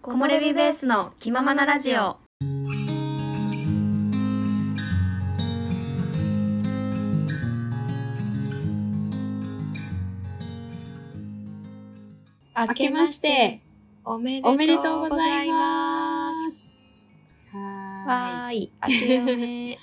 木漏れ日ベースの気ままなラジオ。 明けましておめでとうございます。 はーい、明けおめ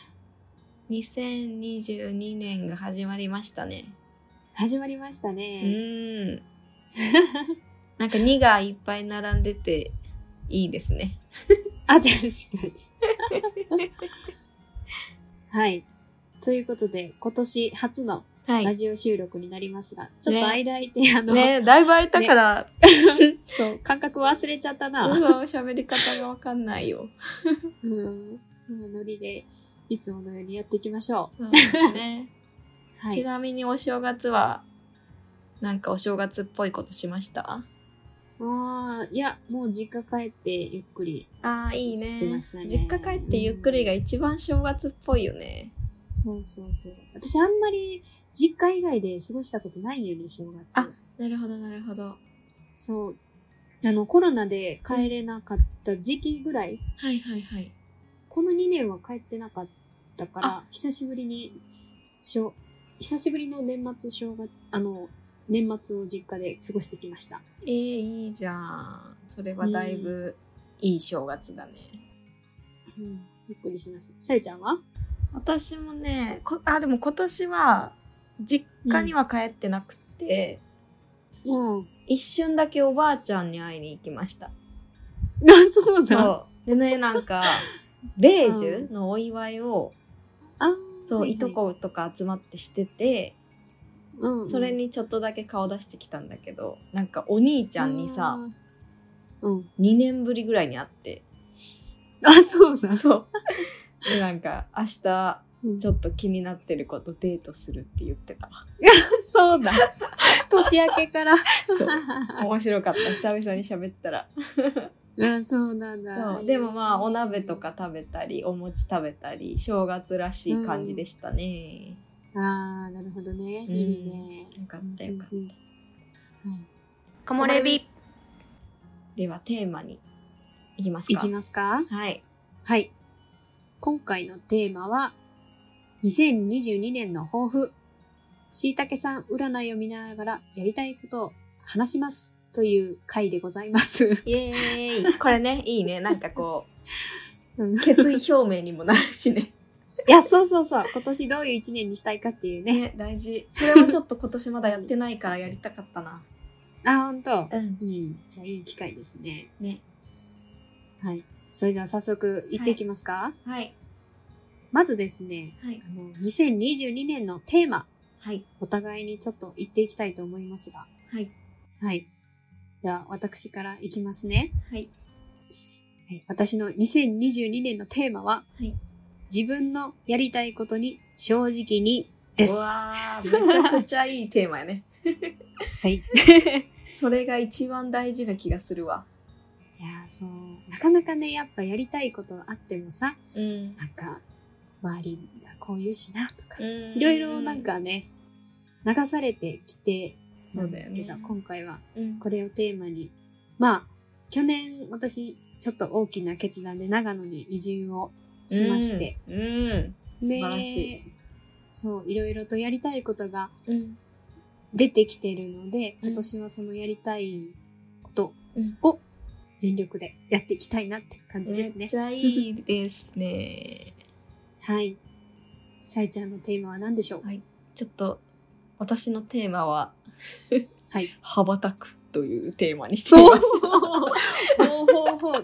2022年が始まりましたね。 始まりましたね。 なんか2がいっぱい並んでていいですね。 あ、確かに。はい。ということで、今年初のラジオ収録になりますが、ちょっと間空いて、 だいぶ空いたから、 そう、感覚忘れちゃったな。 喋り方がわかんないよ。 ノリでいつものようにやっていきましょう。 そうですね。 はい、 ちなみにお正月は、なんかお正月っぽいことしました？ いや、もう実家帰ってゆっくりしてましたね。 実家帰ってゆっくりが一番正月っぽいよね。 そう。私あんまり実家以外で過ごしたことないよね、正月。 あ、なるほど。 そう。コロナで帰れなかった時期ぐらい。 はい。 この2年は帰ってなかったから、久しぶりの年末を実家で過ごしてきました。 いいじゃん。それはだいぶいい正月だね。 びっくりしました。さゆちゃんは？ 私もね、でも今年は実家には帰ってなくて、一瞬だけおばあちゃんに会いに行きました。 そうだ。 でね、なんか米寿のお祝いを、いとことか集まってしてて、それにちょっとだけ顔出してきたんだけど、なんかお兄ちゃんにさ、2年ぶりぐらいに会って。 そうだ。 そう。で、なんか明日ちょっと気になってることデートするって言ってた。 そうだ。年明けから。 そう。面白かった。久々に喋ったら。 そうなんだ。 そう。でもまあお鍋とか食べたり、お餅食べたり、正月らしい感じでしたね。 なるほどね。いいね。 よかった。 木漏れ日。 ではテーマにいきますか？はい。 今回のテーマは、2022年の抱負。しいたけさん占いを見ながらやりたいことを話します。という回でございます。 イエーイ。これね、いいね。なんかこう、決意表明にもなるしね。 いや、そう。今年どういう一年にしたいかっていうね。 大事。それもちょっと今年まだやってないからやりたかったな。 ほんと？じゃあいい機会ですね。はい。それでは早速行っていきますか？ はい。 まずですね、2022年のテーマ。お互いにちょっと言っていきたいと思いますが。はい。では私からいきますね。私の2022年のテーマは、自分のやりたいことに正直にです。 うわー、めちゃくちゃいいテーマやね。それが一番大事な気がするわ。 いや、そう。なかなかね、やっぱやりたいことあってもさ、なんか、周りがこう言うしなとか、いろいろなんかね、流されてきてなんですけど、今回はこれをテーマに、去年私ちょっと大きな決断で長野に移住をしまして、 素晴らしい。 そう、いろいろとやりたいことが出てきてるので、今年はそのやりたいことを全力でやっていきたいなって感じですね。 めっちゃいいですね。 はい。さえちゃんのテーマは何でしょう？ ちょっと私のテーマは羽ばたくというテーマにしてみました。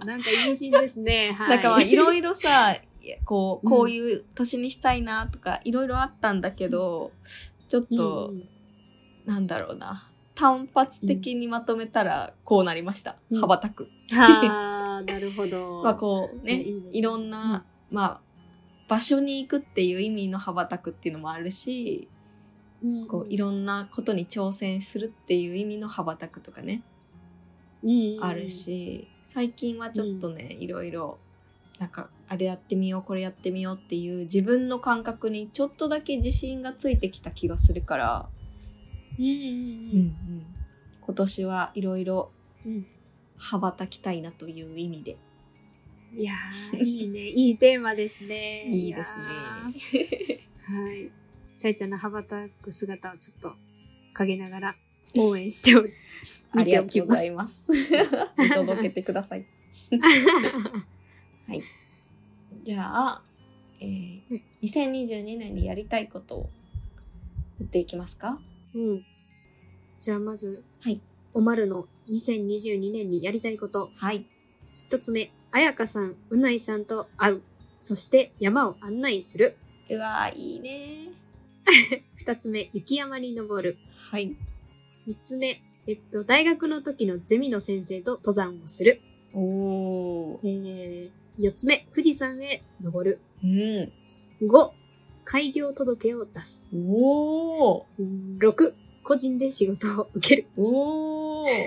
なんか意味深ですね。 なんかいろいろさ、こういう年にしたいなとかいろいろあったんだけど、ちょっと、なんだろうな、単発的にまとめたらこうなりました。羽ばたく。 なるほど。 こうね、いろんな、場所に行くっていう意味の羽ばたくっていうのもあるし、こういろんなことに挑戦するっていう意味の羽ばたくとかね、あるし、最近はちょっとね、いろいろなんかあれやってみようこれやってみようっていう自分の感覚にちょっとだけ自信がついてきた気がするから、今年はいろいろ羽ばたきたいなという意味で。 いやー、いいね。いいテーマですね。 いいですね。 はい。さやちゃんの羽ばたく姿をちょっと陰ながら応援してありがとうございます。見届けてください。はい。じゃあ、2022年にやりたいことを言っていきますか？ うん。じゃあまず、 はい。 おまるの2022年にやりたいこと。 はい。 一つ目、あやかさん、うないさんと会う。そして山を案内する。 うわー、いいね。 二つ目、雪山に登る。 はい。 三つ目、大学の時のゼミの先生と登山をする。 おー。 四つ目、富士山へ登る。 うん。 5、開業届を出す。 おー。 6、個人で仕事を受ける。 おー。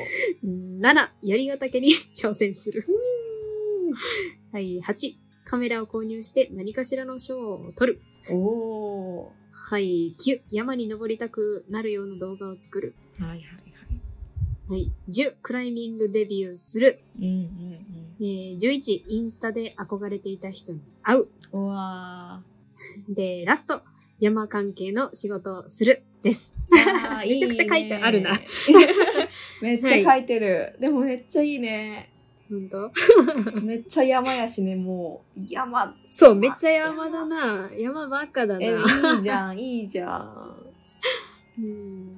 7、槍ヶ岳に挑戦する。はい、8、カメラを購入して何かしらの賞を撮る。 おー。 はい、9、山に登りたくなるような動画を作る。 はいはいはい。 はい、10、クライミングデビューする。 うんうんうん 11、インスタで憧れていた人に会う。 うわー。で、ラスト、山関係の仕事をするです。めちゃくちゃ書いてあるな。 めっちゃ書いてる。はい、でもめっちゃいいね。 ほんとめっちゃ山やしね、もう山。 そう、めっちゃ山だな。山ばっかだな。 いいじゃん、いいじゃん。 うん、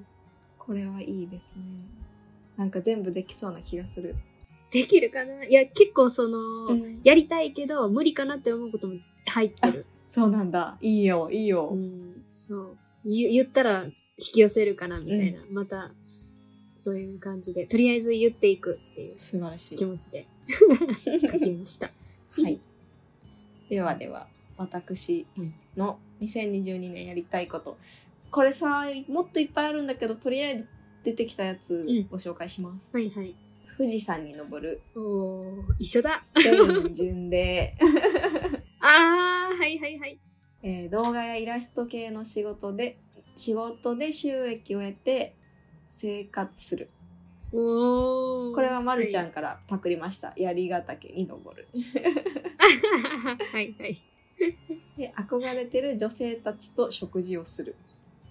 これはいいですね。なんか全部できそうな気がする。 できるかな？いや、結構やりたいけど無理かなって思うことも入ってる。 そうなんだ。いいよ、いいよ。 そう。言ったら引き寄せるかなみたいな。また、そういう感じで、とりあえず言っていくっていう素晴らしい気持ちで書きました。 はい。ではでは、私の2022年やりたいこと。これさ、もっといっぱいあるんだけど、とりあえず出てきたやつご紹介します。 はいはい。 富士山に登る。 おー、一緒だ。 スペイン巡礼。 あー、はいはいはい。 動画やイラスト系の仕事で収益を得て生活する。 おー。 これはまるちゃんからパクりました。槍ヶ岳に登る。 はいはい。 で、憧れてる女性たちと食事をする。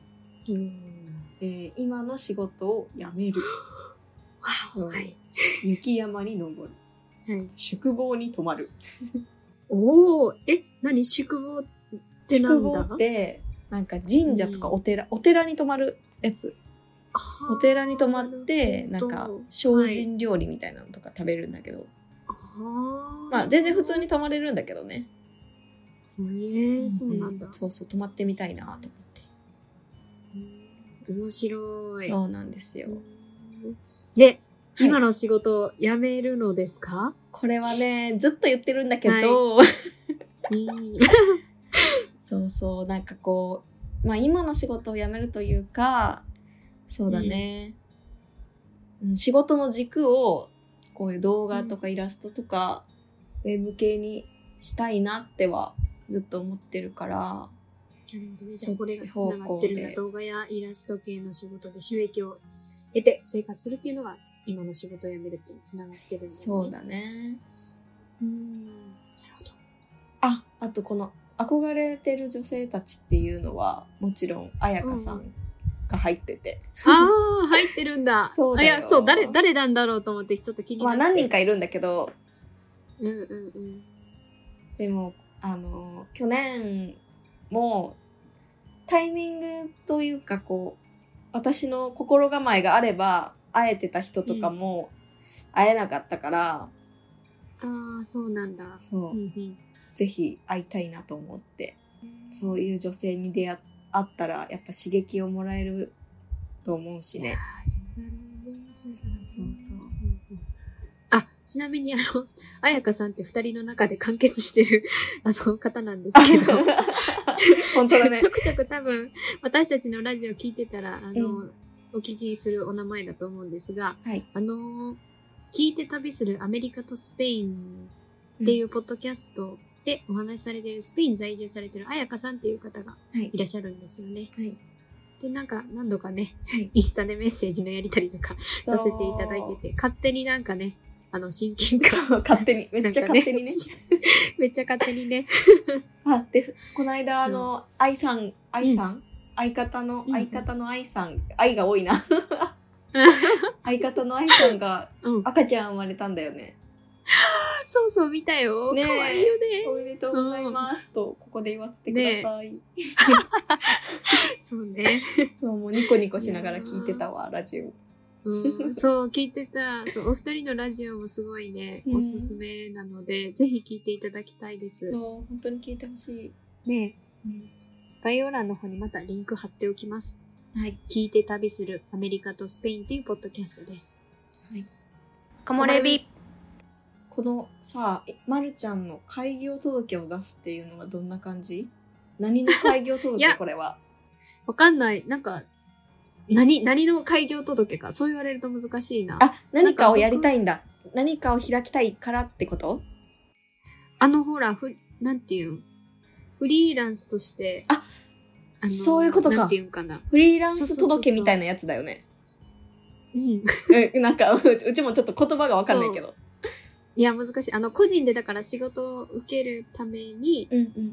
今の仕事を辞める。はい、雪山に登る。はい、宿坊に泊まる。 おー、何宿坊ってなんだ？ 宿坊ってなんか神社とかお寺に泊まるやつ。お寺に泊まってなんか精進料理みたいなのとか食べるんだけど、まあ全然普通に泊まれるんだけどね。 そうなんだ。 そうそう、泊まってみたいなと思って。 面白い。 そうなんですよ。 で、今の仕事を辞めるのですか？ これはね、ずっと言ってるんだけど、そうそう、なんかこう、まあ今の仕事を辞めるというか、そうだね、仕事の軸をこういう動画とかイラストとか、ウェブ系にしたいなってはずっと思ってるから、 なるほどね。じゃあこれがつながってるんだ。動画やイラスト系の仕事で収益を得て生活するっていうのが今の仕事を辞めるっていうのにつながってるんだよね。 そうだね。 なるほど。 あとこの憧れてる女性たちっていうのはもちろん彩香さんが入ってて、 入ってるんだ。 そうだよ。 そう、誰なんだろうと思ってちょっと気になって。 まあ何人かいるんだけど、でも去年もタイミングというかこう私の心構えがあれば会えてた人とかも会えなかったから、 そうなんだ。 そう、ぜひ会いたいなと思って、そういう女性に会ったらやっぱ刺激をもらえると思うしね。そうちなみに彩香さんって2人の中で完結してる方なんですけど本当だね。 ちょくちょく多分私たちのラジオ聞いてたらお聞きするお名前だと思うんですが、聞いて旅するアメリカとスペインっていうポッドキャストでお話しされているスペイン在住されている彩香さんっていう方がいらっしゃるんですよね。で、なんか何度かね、インスタでメッセージのやりたりとかさせていただいてて、勝手になんかね、 親近感。 そう、勝手に。めっちゃ勝手にね。 めっちゃ勝手にね。 で、この間、愛さん、相方の愛さん、愛が多いな。相方の愛さんが赤ちゃん生まれたんだよね。 そうそう、見たよ。 ね、 可愛いよね。 おめでとうございますと、ここで言わせてください。ね、 そうね。 そう、もうニコニコしながら聞いてたわ、ラジオ。 そう、聞いてた。そう、お二人のラジオもすごいね、おすすめなので、ぜひ聞いていただきたいです。 そう、本当に聞いてほしい。 ね、概要欄の方にまたリンク貼っておきます。 はい。 聞いて旅するアメリカとスペインというポッドキャストです。 はい。 木漏れ日。 このさ、まるちゃんの開業届を出すっていうのはどんな感じ？何の開業届これは。 わかんない。なんか、何の開業届か。そう言われると難しいな。 何かをやりたいんだ。何かを開きたいからってこと？ ほら、なんていうん？フリーランスとして。 そういうことか。 なんていうんかな。 フリーランス届みたいなやつだよね。なんか、うちもちょっと言葉がわかんないけど。 いや、難しい。個人でだから仕事を受けるために、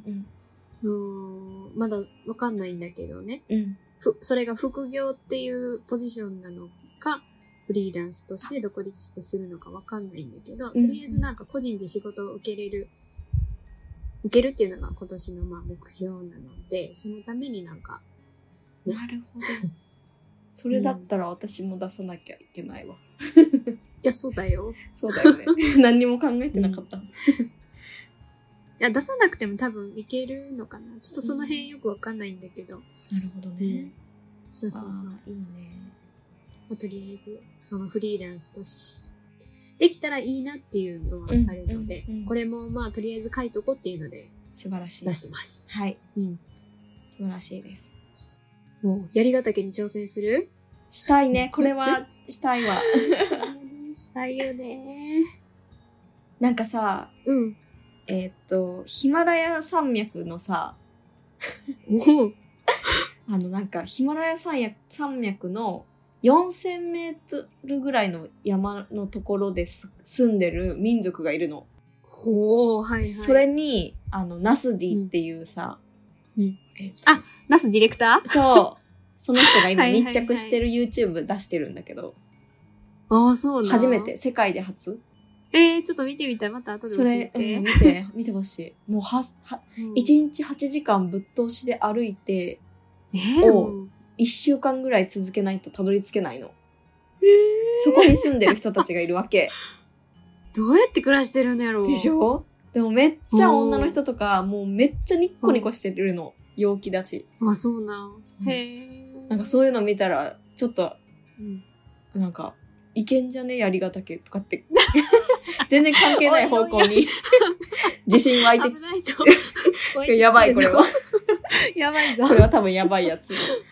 まだわかんないんだけどね。それが副業っていうポジションなのか、フリーランスとして独立してするのかわかんないんだけど、とりあえずなんか個人で仕事を受けるっていうのが今年の目標なので、そのためになんか、 ね、なるほど。それだったら私も出さなきゃいけないわ。 いや、そうだよ。 そうだよね。何にも考えてなかった。いや、出さなくても多分いけるのかな。ちょっとその辺よくわかんないんだけど。 なるほどね。 そうそうそう。 いいね。 とりあえず、そのフリーランスとして、できたらいいなっていうのはあるので、これもとりあえず書いとこうっていうので、 素晴らしい。 出してます。 はい。素晴らしいです。 もう、槍ヶ岳に挑戦する？ したいね。これはしたいわ。 したいよね。 なんかさ、ヒマラヤ山脈のさ、なんかヒマラヤ山脈の4000メートルぐらいの山のところで住んでる民族がいるの。 ほう、はいはい。 それに、ナスディっていうさ、 ナスディレクター？ そう。その人が今密着してる YouTube 出してるんだけど。 そうなの？ 初めて、世界で初。 ちょっと見てみたい。また後で教えて。見てほしい。もう1日8時間ぶっ通しで歩いて、1週間ぐらい続けないとたどり着けないの。そこに住んでる人たちがいるわけ。 どうやって暮らしてるんやろう。 でしょ？でもめっちゃ女の人とか、もうめっちゃニッコニコしてるの。陽気だし。 そうなん。 なんかそういうの見たら、ちょっと、なんか、いけんじゃね槍ヶ岳とかって、全然関係ない方向に自信湧いて。 危ないぞ。 やばい、これは。 やばいぞ。 これは多分やばいやつ。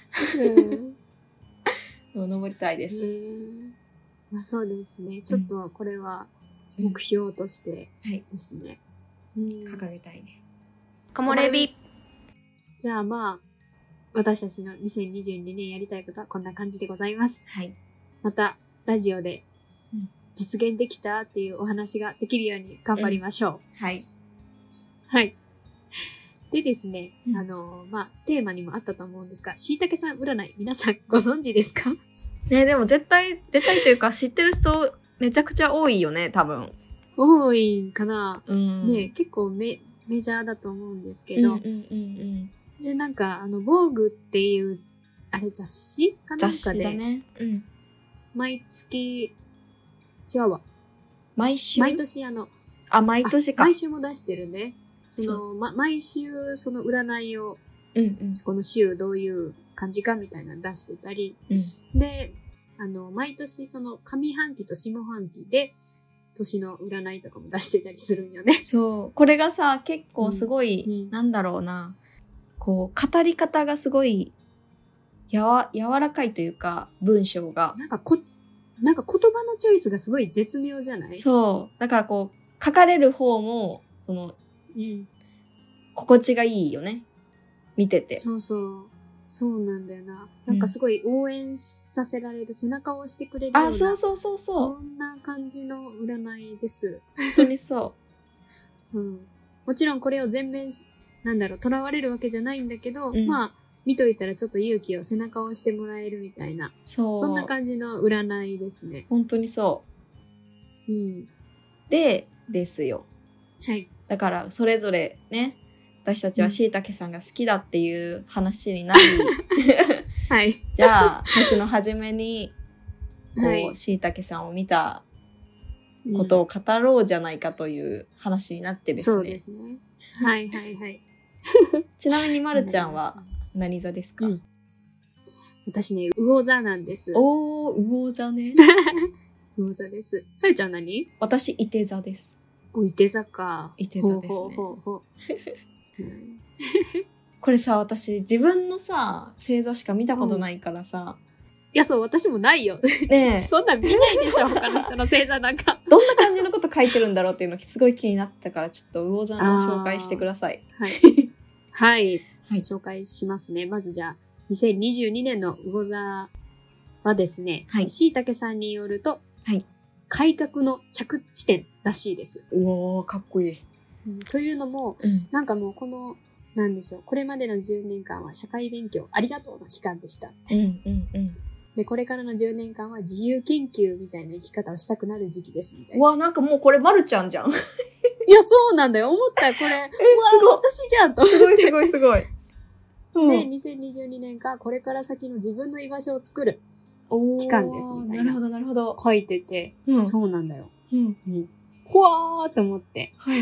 登りたいです。 そうですね。ちょっとこれは目標としてですね。 掲げたいね。 木漏れ日。じゃあ私たちの2022年やりたいことはこんな感じでございます。 はい。 また、ラジオで実現できたっていうお話ができるように頑張りましょう。 はい。 はい。でですね、テーマにもあったと思うんですが、しいたけさん占い、皆さんご存知ですか？ ね、でも絶対というか知ってる人めちゃくちゃ多いよね、多分。 多いかな。ね、結構メジャーだと思うんですけど。で、なんか、防具っていう、雑誌かなんかで。 雑誌だね。 毎月、違うわ。 毎年毎年か。 毎週も出してるね。毎週、その占いを、この週どういう感じかみたいなの出してたり。で、毎年、その上半期と下半期で、年の占いとかも出してたりするんよね。 そう。これがさ、結構すごい、なんだろうな。こう、語り方がすごい、柔らかいというか、文章が。 なんか言葉のチョイスがすごい絶妙じゃない？ そう。だからこう、書かれる方も、心地がいいよね。見てて。 そう。 そうなんだよな。なんかすごい応援させられる、背中を押してくれるような、 そうそんな感じの占いです。 本当にそう。 もちろんこれを全面囚われるわけじゃないんだけど、まあ見といたらちょっと勇気を背中を押してもらえるみたいな、そんな感じの占いですね。 本当にそう。ですよ。 はい。 だからそれぞれね、私たちはしいたけさんが好きだっていう話になり、 はい。 じゃあ年の初めにしいたけさんを見たことを語ろうじゃないかという話になってですね。そうですね。はいはいはい。 ちなみにまるちゃんは何座ですか？ 私ね、魚座なんです。 魚座ね。 魚座です。さゆちゃん何？ 私、いて座です。 いて座か。 いて座ですね。これさ、私自分のさ星座しか見たことないからさ、 いや、そう、私もないよ。 ねえそんなん見ないでしょ、他の人の星座なんか。 どんな感じのこと書いてるんだろうっていうのすごい気になったから、ちょっと魚座の紹介してください。 はい。紹介しますね。まずじゃあ、2022年の魚座はですね、しいたけさんによると、改革の着地点らしいです。 かっこいい。 というのも、なんかもうこの、なんでしょう、これまでの10年間は社会勉強ありがとうの期間でした。で、これからの10年間は自由研究みたいな生き方をしたくなる時期ですみたいな。 なんかもうこれまるちゃんじゃん。 いや、そうなんだよ。思ったよ、これ。 すごい。 私じゃんと思って。 すごい。 で、2022年か、これから先の自分の居場所を作る期間ですみたいな。 なるほど。 書いてて、そうなんだよ。ほわーって思って。 はい。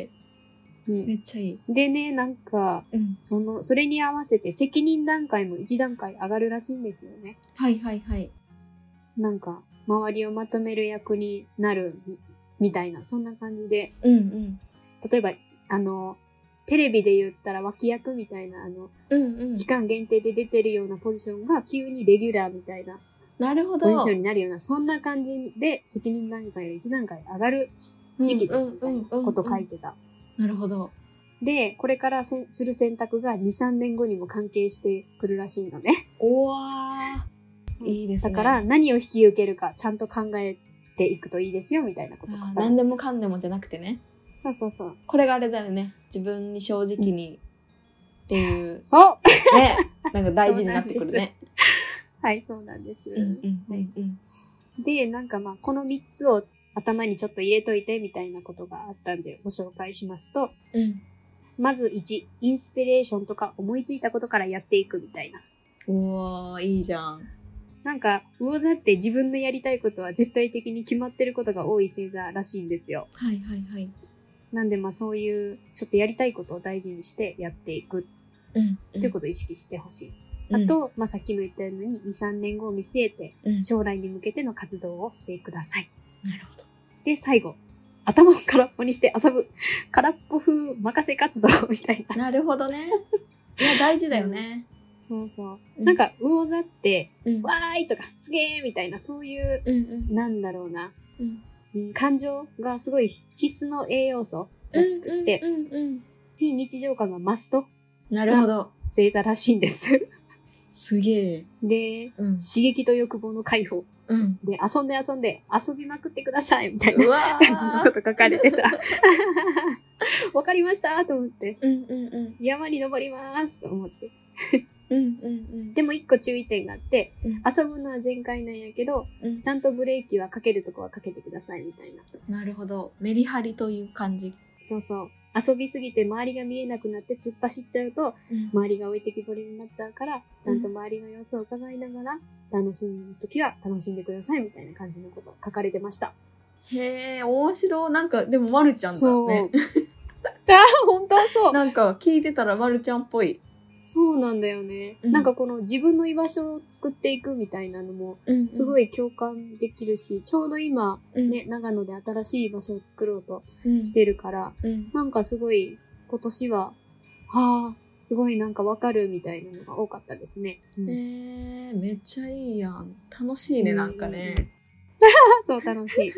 めっちゃいい。 でね、なんか、それに合わせて責任段階も1段階上がるらしいんですよね。 はい。 なんか、周りをまとめる役になるみたいな、そんな感じで。例えば、テレビで言ったら脇役みたいな、期間限定で出てるようなポジションが急にレギュラーみたいな、 なるほど。 ポジションになるような、そんな感じで責任段階が1段階上がる時期ですみたいなこと書いてた。 なるほど。 で、これからする選択が2、3年後にも関係してくるらしいのね。いいですね。だから何を引き受けるかちゃんと考えていくといいですよみたいなこと書かれて。 何でもかんでもじゃなくてね。 そう。 これがあれだよね。自分に正直にっていう。 そうね。なんか大事になってくるね。 はい、そうなんです。で、なんかこの3つを頭にちょっと入れといてみたいなことがあったんでご紹介しますと、まず1、インスピレーションとか思いついたことからやっていくみたいな。 いいじゃん。 なんか魚座って自分のやりたいことは絶対的に決まってることが多い星座らしいんですよ。なんでそういうちょっとやりたいことを大事にしてやっていくっていうことを意識してほしい。あと、さっきも言ったように2、3年後を見据えて将来に向けての活動をしてください。 なるほど。 で、最後。頭を空っぽにして遊ぶ。空っぽ風任せ活動みたいな。 なるほどね。いや、大事だよね。 そう。なんか、魚座って、わーいとか、すげーみたいな、そういう、なんだろうな、感情がすごい必須の栄養素らしくって、非日常感がマスト。 なるほど。 星座らしいんです。 すげえ。 で、刺激と欲望の解放。で、遊んで遊びまくってくださいみたいな感じのこと書かれてた。わかりましたと思って。山に登りますと思って。でも一個注意点があって、遊ぶのは全開なんやけど、ちゃんとブレーキはかけるとこはかけてくださいみたいな。 なるほど。メリハリという感じ。 そう。遊びすぎて周りが見えなくなって突っ走っちゃうと、周りが置いてきぼりになっちゃうから、ちゃんと周りの様子を伺いながら、楽しむときは楽しんでくださいみたいな感じのこと書かれてました。 へえ、面白い。なんか、でもまるちゃんだね。 本当そう。 なんか聞いてたらまるちゃんっぽい。 そうなんだよね。なんかこの自分の居場所を作っていくみたいなのもすごい共感できるし、ちょうど今ね、長野で新しい場所を作ろうとしてるから、なんかすごい今年は、すごいなんかわかるみたいなのが多かったですね。 めっちゃいいやん。楽しいね、なんかね。 そう、楽しい。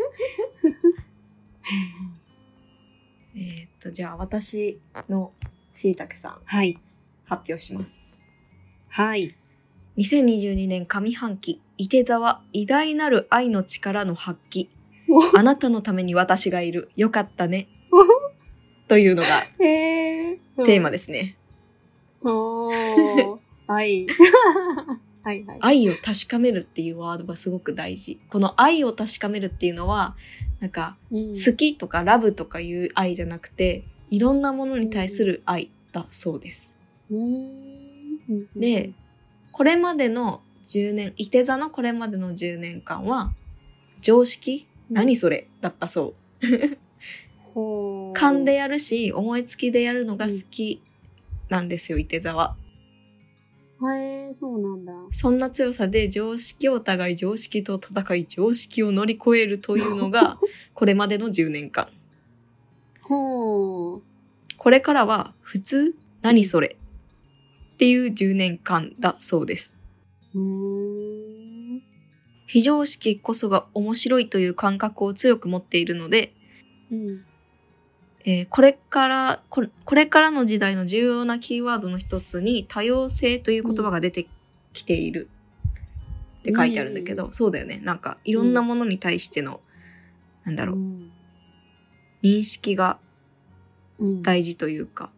じゃあ私のしいたけさん。発表します。 はい。 2022年上半期、いて座は偉大なる愛の力の発揮。あなたのために私がいる。よかったね。というのがテーマですね。 愛。はいはい。 愛を確かめるっていうワードがすごく大事。この愛を確かめるっていうのは、なんか、好きとかラブとかいう愛じゃなくて、いろんなものに対する愛だそうです。で、これまでの10年、いて座のこれまでの10年間は、常識、何それだったそう。勘でやるし、思いつきでやるのが好きなんですよ、いて座は。 そうなんだ。 そんな強さで常識を疑い、常識と戦い、常識を乗り越えるというのが、これまでの10年間。これからは、普通？何それ？っていう10年間だそうです。非常識こそが面白いという感覚を強く持っているので、これからの時代の重要なキーワードの一つに多様性という言葉が出てきているって書いてあるんだけど、そうだよね。なんかいろんなものに対しての、認識が大事というか、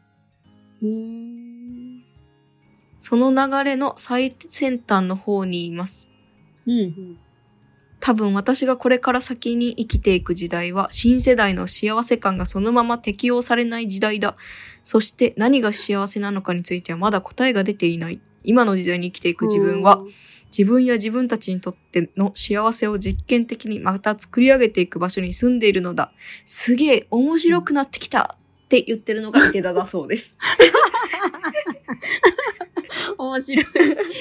その流れの最先端の方にいます。多分私がこれから先に生きていく時代は、新世代の幸せ感がそのまま適用されない時代だ。そして何が幸せなのかについてはまだ答えが出ていない。今の時代に生きていく自分は、自分や自分たちにとっての幸せを実験的にまた作り上げていく場所に住んでいるのだ。すげえ面白くなってきたって言ってるのがいて座だそうです。 面白い。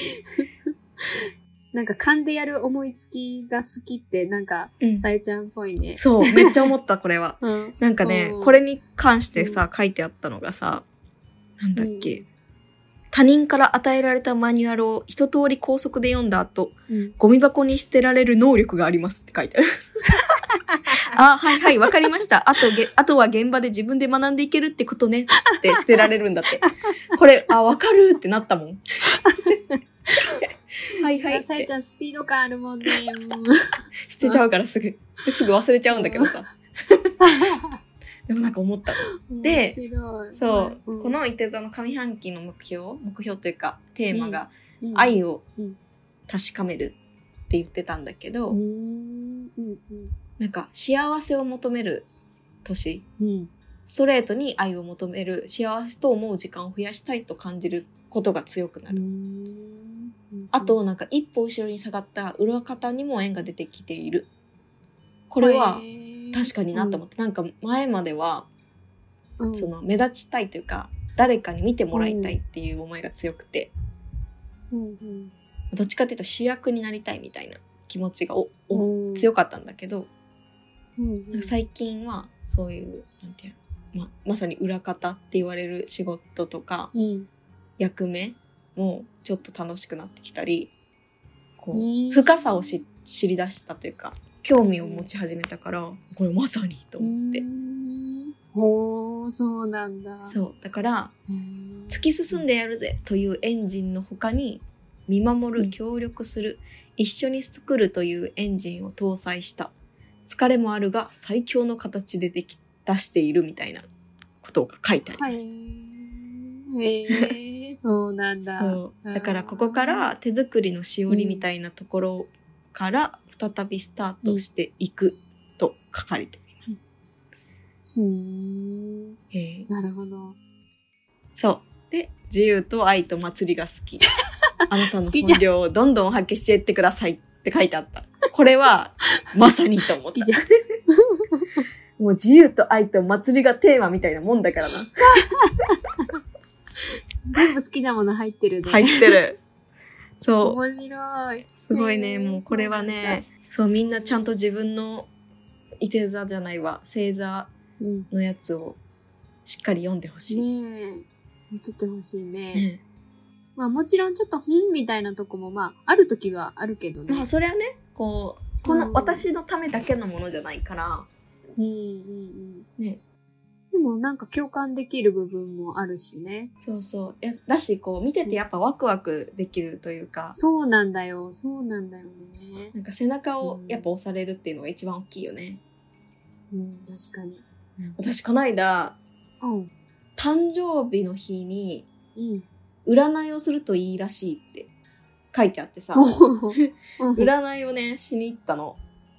なんか勘でやる思いつきが好きってなんか、さえちゃんっぽいね。 そう、めっちゃ思ったこれは。なんかね、これに関してさ、書いてあったのがさ、なんだっけ、他人から与えられたマニュアルを一通り高速で読んだ後、ゴミ箱に捨てられる能力がありますって書いてある。あ、はいはい、わかりました。あとは現場で自分で学んでいけるってことねって捨てられるんだって。これ、わかるってなったもん。はいはい。 さえちゃんスピード感あるもんね。 捨てちゃうからすぐ忘れちゃうんだけどさ。でもなんか思った。で、そう、このいて座の上半期の目標というかテーマが、愛を確かめるって言ってたんだけど、なんか幸せを求める年、ストレートに愛を求める、幸せと思う時間を増やしたいと感じることが強くなる。あとなんか一歩後ろに下がった裏方にも縁が出てきている。これは確かになと思って、なんか前までは、その目立ちたいというか誰かに見てもらいたいっていう思いが強くて、どっちかっていうと主役になりたいみたいな気持ちが強かったんだけど、なんか最近はそういうなんていうの、まさに裏方って言われる仕事とか、役目もちょっと楽しくなってきたり、こう深さを知り出したというか興味を持ち始めたから、これまさにと思って。 そうなんだ。 そうだから突き進んでやるぜというエンジンの他に、見守る、協力する、一緒に作るというエンジンを搭載した、疲れもあるが最強の形で出しているみたいなことが書いてあります。 そうなんだ。 だからここから手作りのしおりみたいなところから再びスタートしていくと書かれております。 なるほど。 そうで、自由と愛と祭りが好き。あなたの本領をどんどん発揮していってくださいって書いてあった。これはまさにと思った。もう自由と愛と祭りがテーマみたいなもんだからな。 全部好きなもの入ってるね。 入ってる。そう。 面白い。 すごいね。もうこれはね、そう、みんなちゃんと自分のいて座じゃないわ、星座のやつをしっかり読んでほしい。 ねえ。撮ってほしいね。まあもちろんちょっと本みたいなとこもある時はあるけどね。 まあそれはね、この私のためだけのものじゃないから。 ね。でもなんか共感できる部分もあるしね。 そうそう。だし、こう見ててやっぱワクワクできるというか。 そうなんだよ。そうなんだよね。 なんか背中をやっぱ押されるっていうのが一番大きいよね。 うん、確かに。 私この間、誕生日の日に占いをするといいらしいって書いてあってさ、占いをねしに行ったの。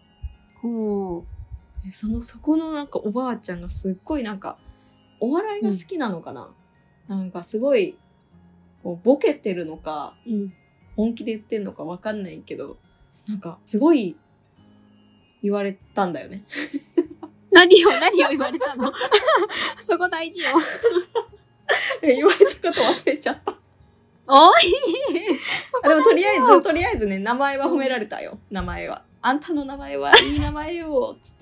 そこのなんかおばあちゃんがすっごいなんかお笑いが好きなのかな、なんかすごいこうボケてるのか、本気で言ってんのかわかんないけど、なんかすごい言われたんだよね。 何を言われたの？そこ大事よ。 言われたこと忘れちゃった。 おいでもとりあえずね、名前は褒められたよ。名前は。あんたの名前はいい名前よっつって。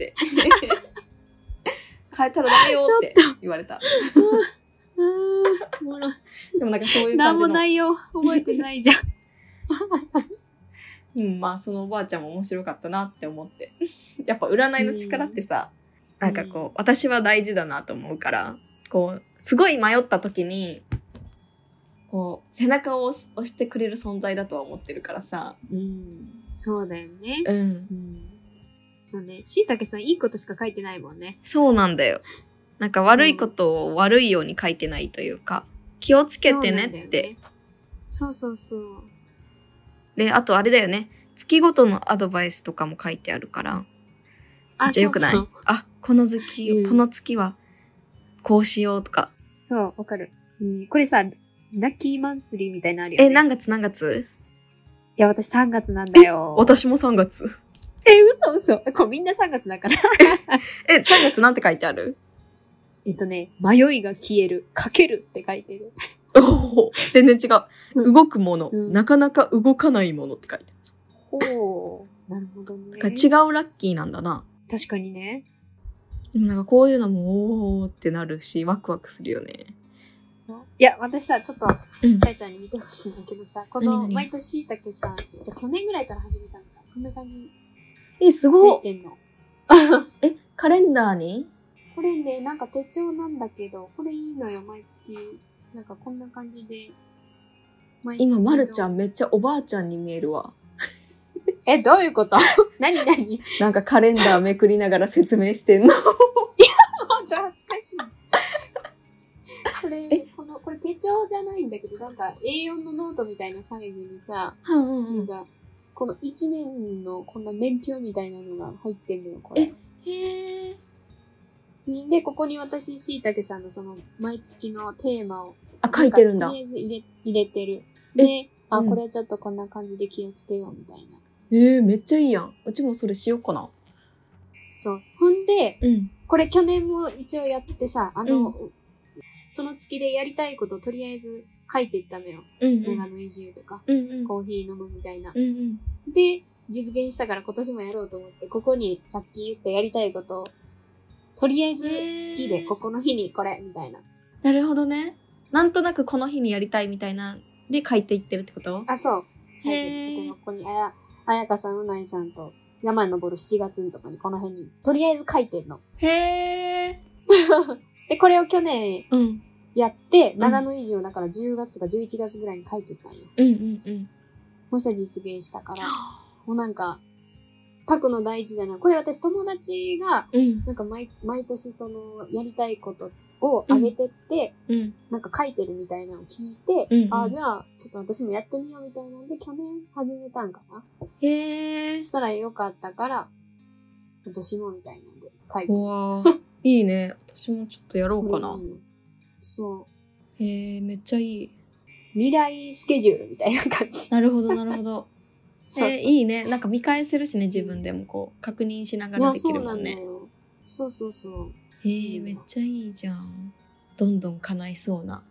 変えたらダメよって言われた。でもなんかそういう感じの。 なんも内容覚えてないじゃん。 まあそのおばあちゃんも面白かったなって思って。やっぱ占いの力ってさ、なんかこう私は大事だなと思うから、こうすごい迷った時にこう背中を押してくれる存在だとは思ってるからさ。 そうだよね。そうね。しいたけさんいいことしか書いてないもんね。 そうなんだよ。なんか悪いことを悪いように書いてないというか、気をつけてねって。 そうそうそう。 で、あとあれだよね。月ごとのアドバイスとかも書いてあるから。めっちゃよくない？あ、この月はこうしようとか。 そう、わかる。これさ、ラッキーマンスリーみたいなのあるよね。 何月？ いや、私3月なんだよ。 私も3月。 嘘。これみんな3月だから。 3月なんて書いてある？ 迷いが消える、かけるって書いてる。 全然違う。動くもの、なかなか動かないものって書いてある。 なるほどね。 違うラッキーなんだな。 確かにね。 でもなんかこういうのもおーってなるし、ワクワクするよね。 そう。いや、私さ、ちょっと、ちゃいちゃんに見てほしいんだけどさ、この毎年しいたけさ、じゃ去年ぐらいから始めたのか。こんな感じ。 すごい。書いてんの。 カレンダーに？ これね、なんか手帳なんだけど、これいいのよ、毎月。なんかこんな感じで。 今、まるちゃんめっちゃおばあちゃんに見えるわ。 どういうこと？何なんかカレンダーめくりながら説明してんの。いや、 もうちょっと恥ずかしい。これ手帳じゃないんだけど、なんか A4 のノートみたいなサイズにさ、なんか、この1年のこんな年表みたいなのが入ってんのよ、これ。 へー。 で、ここに私、しいたけさんのその、毎月のテーマを、 書いてるんだ。 とりあえず入れてる。で、これちょっとこんな感じで気をつけようみたいな。 めっちゃいいやん。うちもそれしようかな。 そう。ほんで、これ去年も一応やってさ、その月でやりたいことをとりあえず書いていったのよ。長野移住とか、コーヒー飲むみたいな。で、実現したから今年もやろうと思って、ここにさっき言ったやりたいことを、とりあえず好きで、ここの日にこれ、みたいな。 なるほどね。なんとなくこの日にやりたいみたいな、で書いていってるってこと？ そう。ここに、あやかさん、うないさんと、山登る7月とかにこの辺に、とりあえず書いてんの。で、これを去年、やって、長野移住だから10月とか11月ぐらいに書いてたんよ。そしたら実現したから、もうなんか、書くの大事だな。これ私友達が、なんか毎年その、やりたいことをあげてって、なんか書いてるみたいなのを聞いて、じゃあ、ちょっと私もやってみようみたいなんで、去年始めたんかな。そしたらよかったから、今年もみたいなんで書いてる。 いいね。私もちょっとやろうかな。 そう。 めっちゃいい。 未来スケジュールみたいな感じ。 なるほど。いいね。なんか見返せるしね、自分でもこう、確認しながらできるもんね。 そう。 めっちゃいいじゃん。どんどん叶いそうな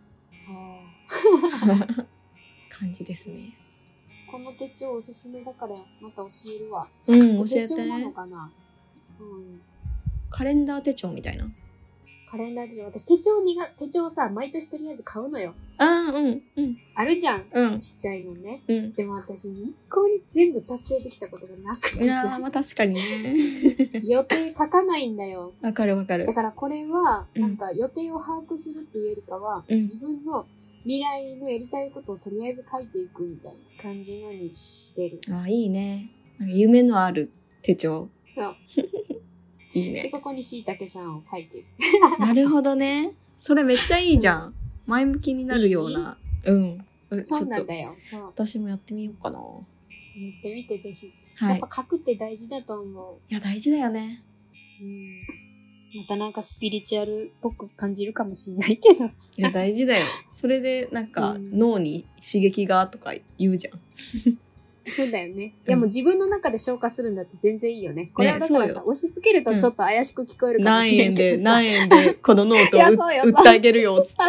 感じですね。 この手帳おすすめだからまた教えるわ。 教えて。 手帳なのかな？ カレンダー手帳みたいな。 カレンダー手帳。私手帳さ、毎年とりあえず買うのよ。あるじゃん。ちっちゃいのね。でも私、一向に全部達成できたことがなくてさ。 いやまあ確かにね。 予定書かないんだよ。 わかる。だからこれは、なんか予定を把握するっていうよりかは、自分の未来のやりたいことをとりあえず書いていくみたいな感じのにしてる。 いいね。夢のある手帳。 そう。 いいね。 で、ここにしいたけさんを書いてる。 なるほどね。それめっちゃいいじゃん。前向きになるような。 そうなんだよ。そう。 私もやってみようかな。 やってみてぜひ。 はい。 やっぱ書くって大事だと思う。 いや、大事だよね。 またなんかスピリチュアルっぽく感じるかもしれないけど。 いや、大事だよ。それでなんか、脳に刺激がとか言うじゃん。 そうだよね。いやもう自分の中で消化するんだって全然いいよね。これはだからさ、押し付けるとちょっと怪しく聞こえるかもしれないけど。 何円でこのノートを売ってあげるよ、つって。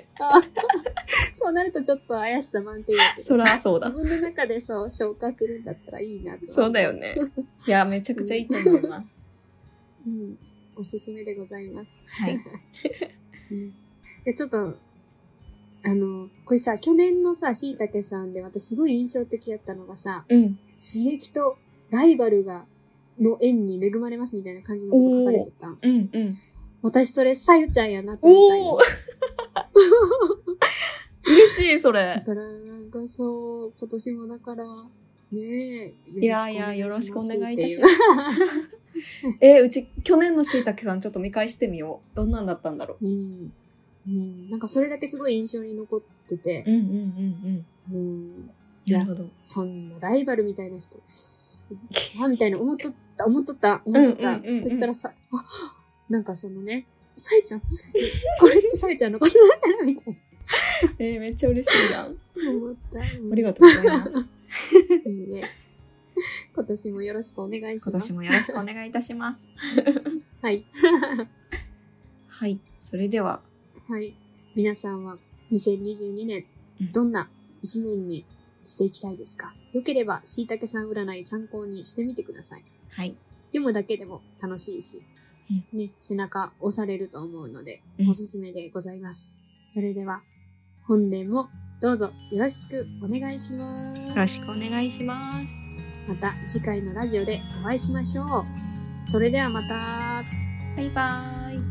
そうなるとちょっと怪しさ満点だけど。 そらそうだ。 自分の中でそう消化するんだったらいいなと。 そうだよね。いや、めちゃくちゃいいと思います。 おすすめでございます。 はい。 で、ちょっと、これさ、去年のさ、しいたけさんで私すごい印象的だったのがさ、刺激とライバルの縁に恵まれますみたいな感じのこと書かれてた。私それ、さゆちゃんやなと思ったよ。 嬉しい、それ。 だから、なんかそう、今年もだから、ねえ。 いや、よろしくお願いいたします。うち、去年のしいたけさんちょっと見返してみよう。どんなんだったんだろう。 なんかそれだけすごい印象に残ってて。 なるほど。 そんなライバルみたいな人、みたいな思っとった。そしたらさ、なんかそのね、さゆちゃんもしかして、これってさゆちゃんのことだったらみたいな。 めっちゃ嬉しいじゃん。 思った。 ありがとうございます。 いいね。今年もよろしくお願いします。 今年もよろしくお願いいたします。 はい。 はい。それでは。 はい。皆さんは2022年、どんな一年にしていきたいですか？よければ、しいたけさん占い参考にしてみてください。 はい。 読むだけでも楽しいし、ね、背中押されると思うので、おすすめでございます。それでは、本年もどうぞよろしくお願いします。 よろしくお願いします。 また次回のラジオでお会いしましょう。それではまた。 バイバーイ。